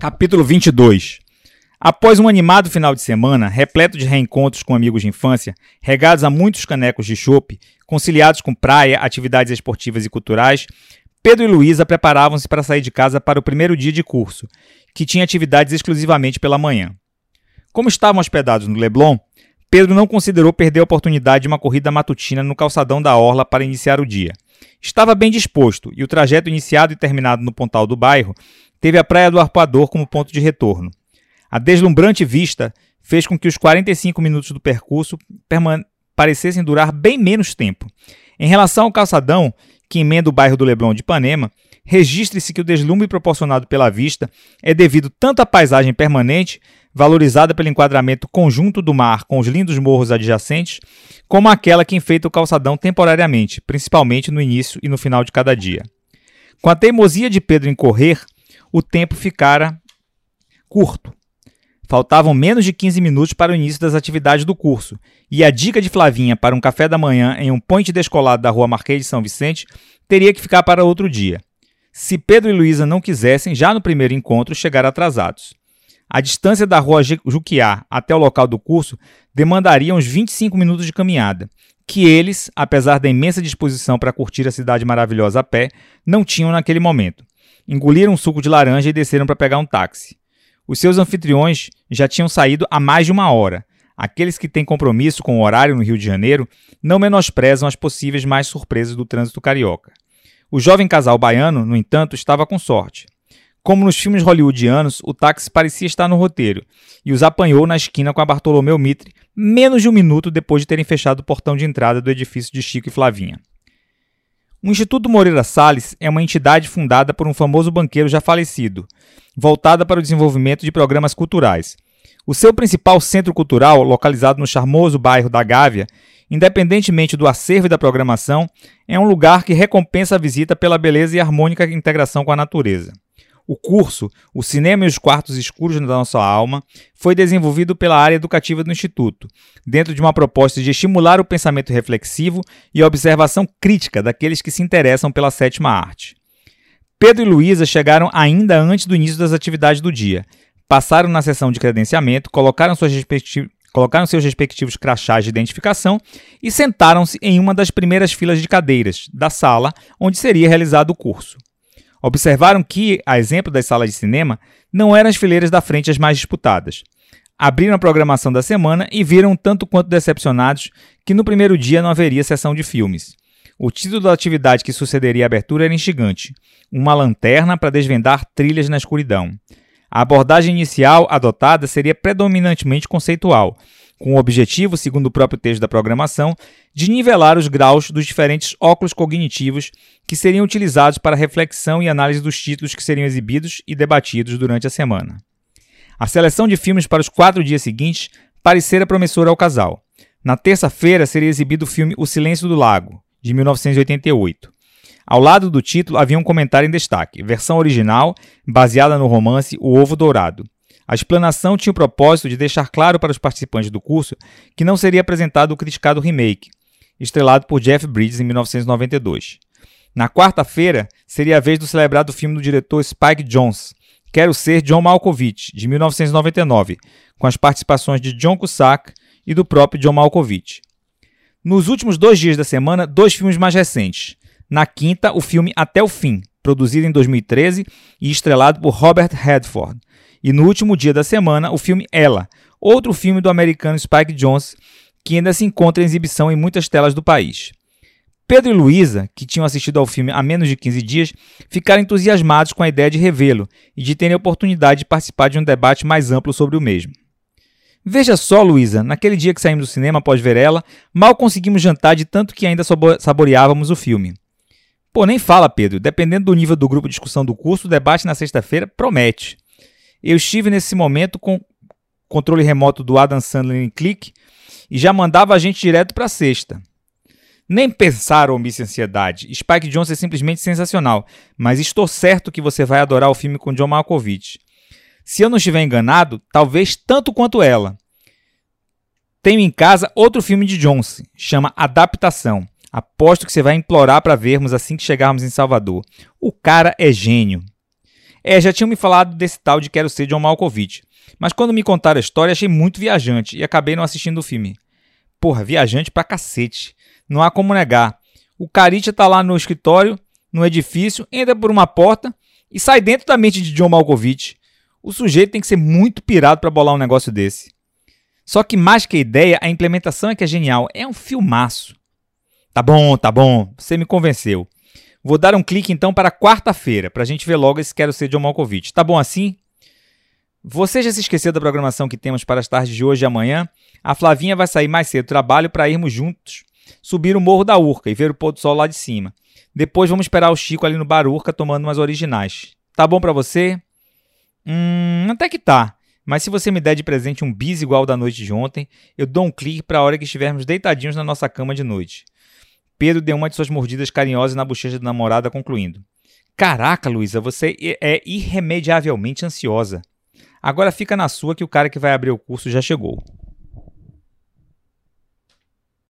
Capítulo 22. Após um animado final de semana, repleto de reencontros com amigos de infância, regados a muitos canecos de chope, conciliados com praia, atividades esportivas e culturais, Pedro e Luísa preparavam-se para sair de casa para o primeiro dia de curso, que tinha atividades exclusivamente pela manhã. Como estavam hospedados no Leblon, Pedro não considerou perder a oportunidade de uma corrida matutina no calçadão da orla para iniciar o dia. Estava bem disposto e o trajeto iniciado e terminado no pontal do bairro teve a Praia do Arpoador como ponto de retorno. A deslumbrante vista fez com que os 45 minutos do percurso parecessem durar bem menos tempo. Em relação ao calçadão, que emenda o bairro do Leblon de Ipanema, registre-se que o deslumbre proporcionado pela vista é devido tanto à paisagem permanente, valorizada pelo enquadramento conjunto do mar com os lindos morros adjacentes, como àquela que enfeita o calçadão temporariamente, principalmente no início e no final de cada dia. Com a teimosia de Pedro em correr, o tempo ficara curto. Faltavam menos de 15 minutos para o início das atividades do curso, e a dica de Flavinha para um café da manhã em um point descolado da rua Marquês de São Vicente teria que ficar para outro dia. Se Pedro e Luísa não quisessem, já no primeiro encontro, chegar atrasados. A distância da rua Juquiá até o local do curso demandaria uns 25 minutos de caminhada, que eles, apesar da imensa disposição para curtir a cidade maravilhosa a pé, não tinham naquele momento. Engoliram um suco de laranja e desceram para pegar um táxi. Os seus anfitriões já tinham saído há mais de uma hora. Aqueles que têm compromisso com o horário no Rio de Janeiro não menosprezam as possíveis mais surpresas do trânsito carioca. O jovem casal baiano, no entanto, estava com sorte. Como nos filmes hollywoodianos, o táxi parecia estar no roteiro e os apanhou na esquina com a Bartolomeu Mitre menos de um minuto depois de terem fechado o portão de entrada do edifício de Chico e Flavinha. O Instituto Moreira Salles é uma entidade fundada por um famoso banqueiro já falecido, voltada para o desenvolvimento de programas culturais. O seu principal centro cultural, localizado no charmoso bairro da Gávea, independentemente do acervo e da programação, é um lugar que recompensa a visita pela beleza e harmônica integração com a natureza. O curso, O Cinema e os Quartos Escuros da Nossa Alma, foi desenvolvido pela área educativa do Instituto, dentro de uma proposta de estimular o pensamento reflexivo e a observação crítica daqueles que se interessam pela sétima arte. Pedro e Luísa chegaram ainda antes do início das atividades do dia, passaram na sessão de credenciamento, colocaram seus respectivos crachás de identificação e sentaram-se em uma das primeiras filas de cadeiras da sala onde seria realizado o curso. Observaram que, a exemplo das salas de cinema, não eram as fileiras da frente as mais disputadas. Abriram a programação da semana e viram tanto quanto decepcionados que no primeiro dia não haveria sessão de filmes. O título da atividade que sucederia à abertura era instigante: uma lanterna para desvendar trilhas na escuridão. A abordagem inicial adotada seria predominantemente conceitual, com o objetivo, segundo o próprio texto da programação, de nivelar os graus dos diferentes óculos cognitivos que seriam utilizados para a reflexão e análise dos títulos que seriam exibidos e debatidos durante a semana. A seleção de filmes para os 4 dias seguintes parecera promissora ao casal. Na terça-feira seria exibido o filme O Silêncio do Lago, de 1988. Ao lado do título havia um comentário em destaque: versão original, baseada no romance O Ovo Dourado. A explanação tinha o propósito de deixar claro para os participantes do curso que não seria apresentado o criticado remake, estrelado por Jeff Bridges em 1992. Na quarta-feira, seria a vez do celebrado filme do diretor Spike Jonze, Quero Ser John Malkovich, de 1999, com as participações de John Cusack e do próprio John Malkovich. Nos últimos 2 dias da semana, 2 filmes mais recentes. Na quinta, o filme Até o Fim, produzido em 2013 e estrelado por Robert Redford. E no último dia da semana, o filme Ela, outro filme do americano Spike Jonze, que ainda se encontra em exibição em muitas telas do país. Pedro e Luísa, que tinham assistido ao filme há menos de 15 dias, ficaram entusiasmados com a ideia de revê-lo e de terem a oportunidade de participar de um debate mais amplo sobre o mesmo. Veja só, Luísa, naquele dia que saímos do cinema após ver Ela, mal conseguimos jantar de tanto que ainda saboreávamos o filme. Pô, nem fala, Pedro. Dependendo do nível do grupo de discussão do curso, o debate na sexta-feira promete. Eu estive nesse momento com controle remoto do Adam Sandler em clique e já mandava a gente direto para a sexta. Nem pensar, omisse ansiedade. Spike Jonze é simplesmente sensacional, mas estou certo que você vai adorar o filme com John Malkovich. Se eu não estiver enganado, talvez tanto quanto ela. Tenho em casa outro filme de Jonze, chama Adaptação. Aposto que você vai implorar para vermos assim que chegarmos em Salvador. O cara é gênio. Já tinham me falado desse tal de Quero Ser John Malkovich. Mas quando me contaram a história, achei muito viajante e acabei não assistindo o filme. Porra, viajante pra cacete. Não há como negar. O Caritia tá lá no escritório, no edifício, entra por uma porta e sai dentro da mente de John Malkovich. O sujeito tem que ser muito pirado pra bolar um negócio desse. Só que mais que a ideia, a implementação é que é genial. É um filmaço. Tá bom. Você me convenceu. Vou dar um clique então para quarta-feira, pra gente ver logo esse Quero Ser John Malkovich. Tá bom assim? Você já se esqueceu da programação que temos para as tardes de hoje e amanhã? A Flavinha vai sair mais cedo do trabalho para irmos juntos subir o Morro da Urca e ver o pôr do sol lá de cima. Depois vamos esperar o Chico ali no Bar Urca tomando umas originais. Tá bom para você? Até que tá. Mas se você me der de presente um bis igual da noite de ontem, eu dou um clique para a hora que estivermos deitadinhos na nossa cama de noite. Pedro deu uma de suas mordidas carinhosas na bochecha da namorada, concluindo. Caraca, Luísa, você é irremediavelmente ansiosa. Agora fica na sua que o cara que vai abrir o curso já chegou.